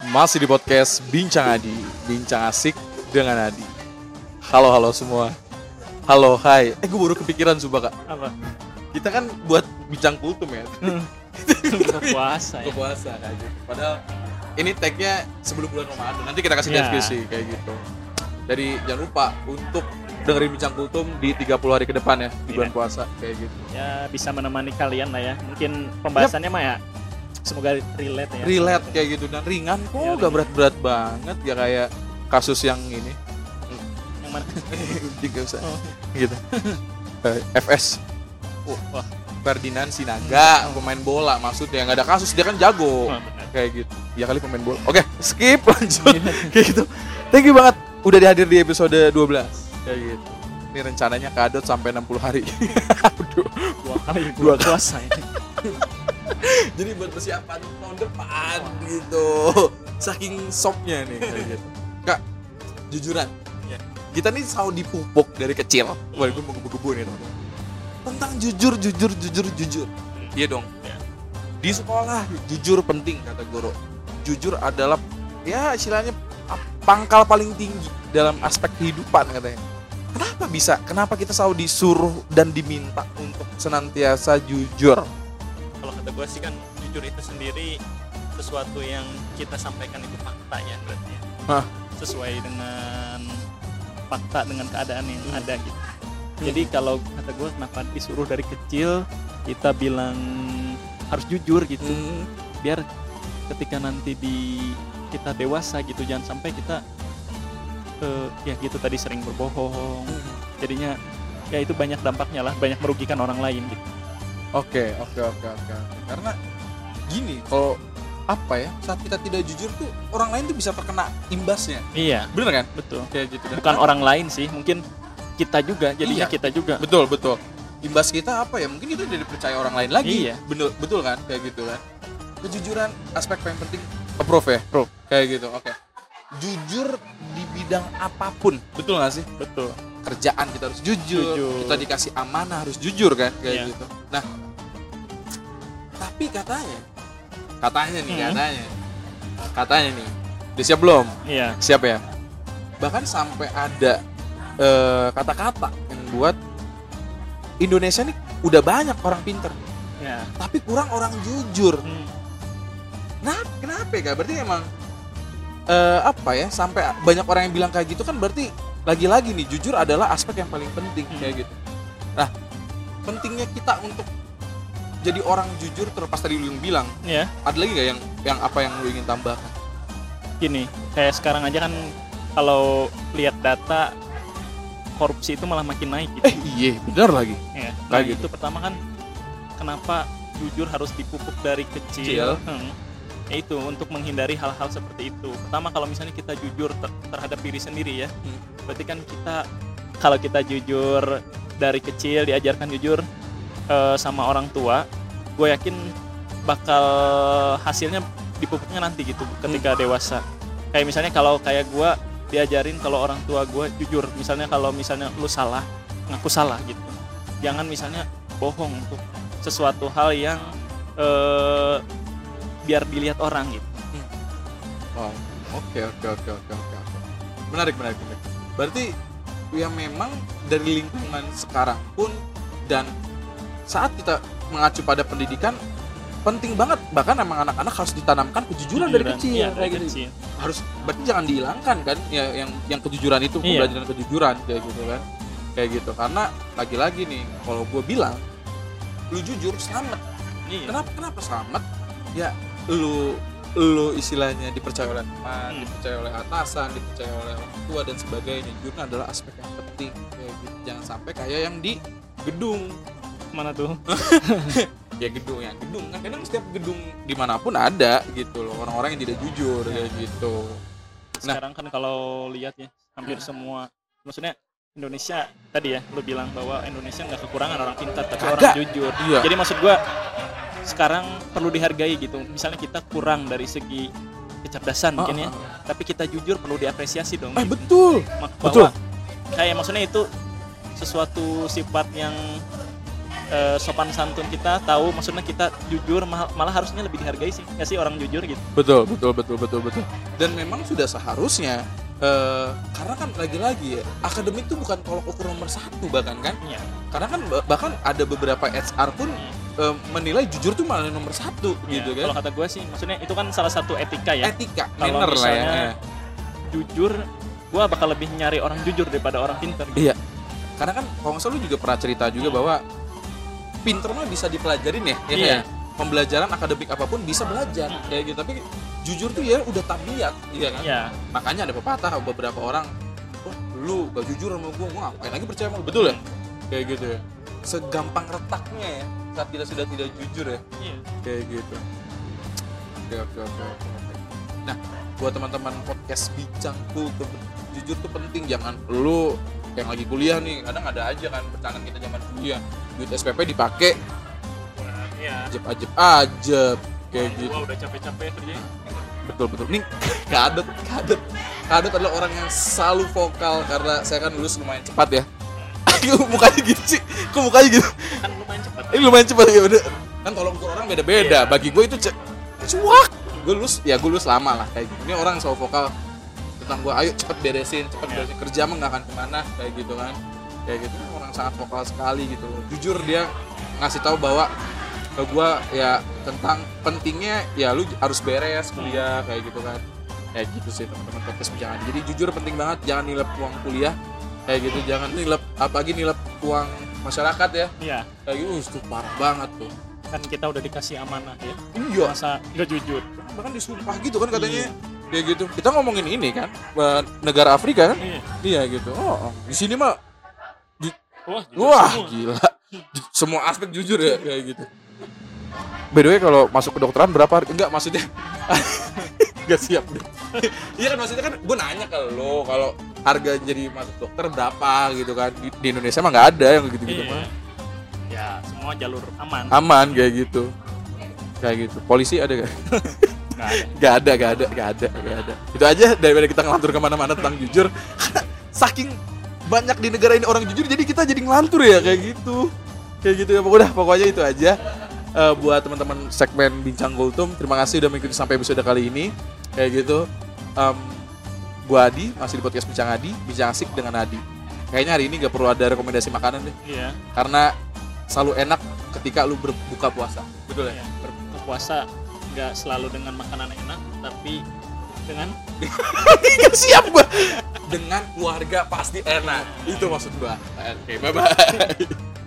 Masih di podcast Bincang Adi, Bincang Asik dengan Adi. Halo semua. Halo, hai. Gue baru kepikiran sumpah kak. Apa? Kita kan buat bincang kultum ya. Buka puasa ya. Buka puasa kayak gitu. Padahal ini tag-nya sebelum bulan Ramadan. Nanti kita kasih deskripsi kayak gitu. Jadi jangan lupa untuk dengerin bincang kultum di 30 hari ke depan ya di bulan puasa kayak gitu. Ya bisa menemani kalian lah ya. Mungkin pembahasannya mah ya semoga relate ya. Relate kayak gitu dan ringan kok, Ya, gak berat-berat banget ya kayak kasus yang ini. Yang mana? Juga usah. Oh. Gitu. FS. Wah, Ferdinand Sinaga, pemain bola maksudnya, nggak ada kasus, dia kan jago. benar. Kayak gitu. Ya kali pemain bola. Oke, skip lanjut. Kayak gitu. Thank you banget udah dihadir di episode 12. Kayak gitu. Ini rencananya kadot sampai 60 hari. Dua kali. Puasa ya. Jadi buat persiapan tahun depan gitu. Saking soknya nih kayak gitu. Kak, jujuran. Ya. Kita nih selalu dipupuk dari kecil. Wah, gue mau gebu-gebu nih teman. Tentang jujur. Iya dong. Ya. Di sekolah jujur penting kata guru. Jujur adalah ya istilahnya pangkal paling tinggi dalam aspek kehidupan katanya. Kenapa kita selalu disuruh dan diminta untuk senantiasa jujur? Kalau kata gue sih kan jujur itu sendiri sesuatu yang kita sampaikan itu fakta ya berarti ya. Hah? Sesuai dengan fakta dengan keadaan yang ada gitu. Jadi kalau kata gue kenapa disuruh dari kecil kita bilang harus jujur gitu. Biar ketika nanti kita dewasa gitu jangan sampai kita ya gitu tadi sering berbohong. Jadinya ya itu banyak dampaknya lah, banyak merugikan orang lain gitu. Oke. Karena gini, kalau apa ya, saat kita tidak jujur tuh orang lain tuh bisa terkena imbasnya. Iya, Bener kan? betul. Kayak gitu. Bukan orang lain sih, mungkin kita juga, jadinya Iya. kita juga. Betul. Imbas kita apa ya? Mungkin kita tidak dipercaya orang lain lagi. Iya. Betul kan? Kayak gitu kan. Kejujuran aspek paling penting. Approve ya? Approve. Kayak gitu. Oke. Jujur di bidang apapun. Betul gak sih? Betul. Kerjaan kita harus jujur. Jujur. Kita dikasih amanah harus jujur kan? Kayak Iya. gitu. Nah, tapi katanya nih. Udah siap belum? Iya. Siap ya? Bahkan sampai ada kata-kata yang buat Indonesia nih udah banyak orang pinter, Ya. tapi kurang orang jujur. Hmm. Kenapa ya? Berarti emang apa ya? Sampai banyak orang yang bilang kayak gitu kan berarti lagi-lagi nih jujur adalah aspek yang paling penting kayak gitu. Nah, pentingnya kita untuk jadi orang jujur terlepas tadi lu yang bilang, Ya. ada lagi nggak yang apa yang lu ingin tambahkan? Gini, kayak sekarang aja kan kalau lihat data korupsi itu malah makin naik gitu. Iya, benar lagi. Ya. Kayak Nah, gitu. itu pertama kan kenapa jujur harus dipupuk dari kecil. Ya itu untuk menghindari hal-hal seperti itu. Pertama kalau misalnya kita jujur terhadap diri sendiri ya. Berarti kan kalau kita jujur dari kecil diajarkan jujur sama orang tua, gue yakin bakal hasilnya dipupuknya nanti gitu ketika dewasa. Kayak misalnya kalau kayak gue diajarin kalau orang tua gue jujur, misalnya kalau misalnya lu salah, ngaku salah gitu. Jangan misalnya bohong untuk sesuatu hal yang biar dilihat orang gitu. Wow. Oke. Menarik. Berarti ya memang dari lingkungan sekarang pun dan saat kita mengacu pada pendidikan penting banget, bahkan emang anak-anak harus ditanamkan kejujuran dari kecil. Iya, dari kayak gitu. kecil. Harus berarti jangan dihilangkan kan ya yang kejujuran itu, Iya. pembelajaran kejujuran kayak gitu kan. Kayak gitu karena lagi-lagi nih kalau gue bilang lu jujur selamat. Iya. Kenapa selamat? Ya lu istilahnya dipercaya oleh teman, dipercaya oleh atasan, dipercaya oleh orang tua dan sebagainya. Jujur adalah aspek yang penting kayak gitu. Jangan sampai kayak yang di gedung. Mana tuh? Ya gedung kan kadang setiap gedung dimanapun ada gitu loh orang-orang yang tidak jujur kayak gitu. Sekarang kan kalau lihat ya hampir semua, maksudnya Indonesia tadi ya lu bilang bahwa Indonesia nggak kekurangan orang pintar tapi Kagak. orang jujur. Iya. Jadi maksud gua sekarang perlu dihargai gitu. Misalnya kita kurang dari segi kecerdasan mungkin ya, tapi kita jujur perlu diapresiasi dong. Gitu. Betul. Bahwa kayak maksudnya itu sesuatu sifat yang sopan santun kita, tahu maksudnya kita jujur, malah harusnya lebih dihargai sih, nggak sih orang jujur gitu. Betul. Dan memang sudah seharusnya, karena kan lagi-lagi ya, akademik itu bukan tolok ukur nomor satu bahkan kan. Iya. Karena kan bahkan ada beberapa HR pun menilai jujur tuh malah nomor satu gitu kan. Kalau kata gue sih, maksudnya itu kan salah satu etika ya. Etika, Kalau manner lah ya. misalnya jujur, gue bakal lebih nyari orang jujur daripada orang pintar. Iya. Gitu. Karena kan kalau nggak salah lu juga pernah cerita juga bahwa pinter mah bisa dipelajarin ya. Iya. Pembelajaran akademik apapun bisa belajar kayak gitu. Tapi jujur tuh ya udah tabiat, iya kan? Iya. Makanya ada pepatah beberapa orang, oh lu gak jujur sama gue ngapain lagi percaya sama lu, betul ya? Kayak gitu ya. Segampang retaknya ya saat kita sudah tidak jujur ya. Iya. Kayak gitu. Oke. Nah, buat teman-teman podcast Bincang Kultum, jujur tuh penting. Jangan lu yang lagi kuliah nih, kadang ada aja kan bercandaan kita zaman kuliah, duit SPP dipakai Iya. ajeb kayak gitu. Gua udah capek-capek kerjanya. Betul. Nih Kadut adalah orang yang selalu vokal karena saya kan lulus lumayan cepat ya. Mukanya gitu sih. Kok mukanya gitu? Kan lumayan cepat. Ini lumayan cepat ya udah. Kan tolong ukur orang beda-beda. Iya. Bagi gue itu cuak. Gue lulus lama lah kayak gitu. Ini orang selalu vokal tentang gue, ayo cepet beresin kerja mah nggak akan kemana kayak gitu kan. Kayak gitu orang sangat vokal sekali gitu. Jujur dia ngasih tahu bahwa ke gue ya tentang pentingnya ya lu harus beres kuliah kayak gitu kan. Kayak gitu sih teman-teman podcast Bincang Adi. Jadi jujur penting banget, jangan nilep uang kuliah kayak gitu, jangan nilep apalagi nilep uang masyarakat ya. Iya. Kayak gitu itu parah banget tuh. Kan kita udah dikasih amanah ya. Iya. Masa nggak jujur? Bahkan disumpah gitu kan katanya. Kayak gitu. Kita ngomongin ini kan negara Afrika kan? Iya gitu. Oh, di sini mah wah gila. Semua aspek jujur ya kayak gitu. By the way kalau masuk ke dokteran berapa? Enggak maksudnya. Enggak siap deh. Iya kan maksudnya kan gue nanya ke lo kalau harga jadi masuk dokter berapa gitu kan. Di Indonesia mah nggak ada yang gitu-gitu mah. Ya semua jalur aman. Aman kayak gitu. Kayak gitu. Polisi ada gak? Gak ada. Itu aja daripada kita ngelantur kemana-mana tentang jujur. Saking banyak di negara ini orang jujur, jadi kita jadi ngelantur ya kayak gitu ya. Pokoknya itu aja buat teman-teman segmen Bincang Kultum. Terima kasih udah mengikuti sampai episode kali ini kayak gitu. Gua Adi masih di podcast Bincang Adi, bincang asik dengan Adi. Kayaknya hari ini gak perlu ada rekomendasi makanan deh. Iya. Karena selalu enak ketika lu berbuka puasa. Betul ya? Berbuka puasa nggak selalu dengan makanan enak, tapi dengan nggak siap gua. Dengan keluarga pasti enak. Itu maksud gua. Oke, bye-bye.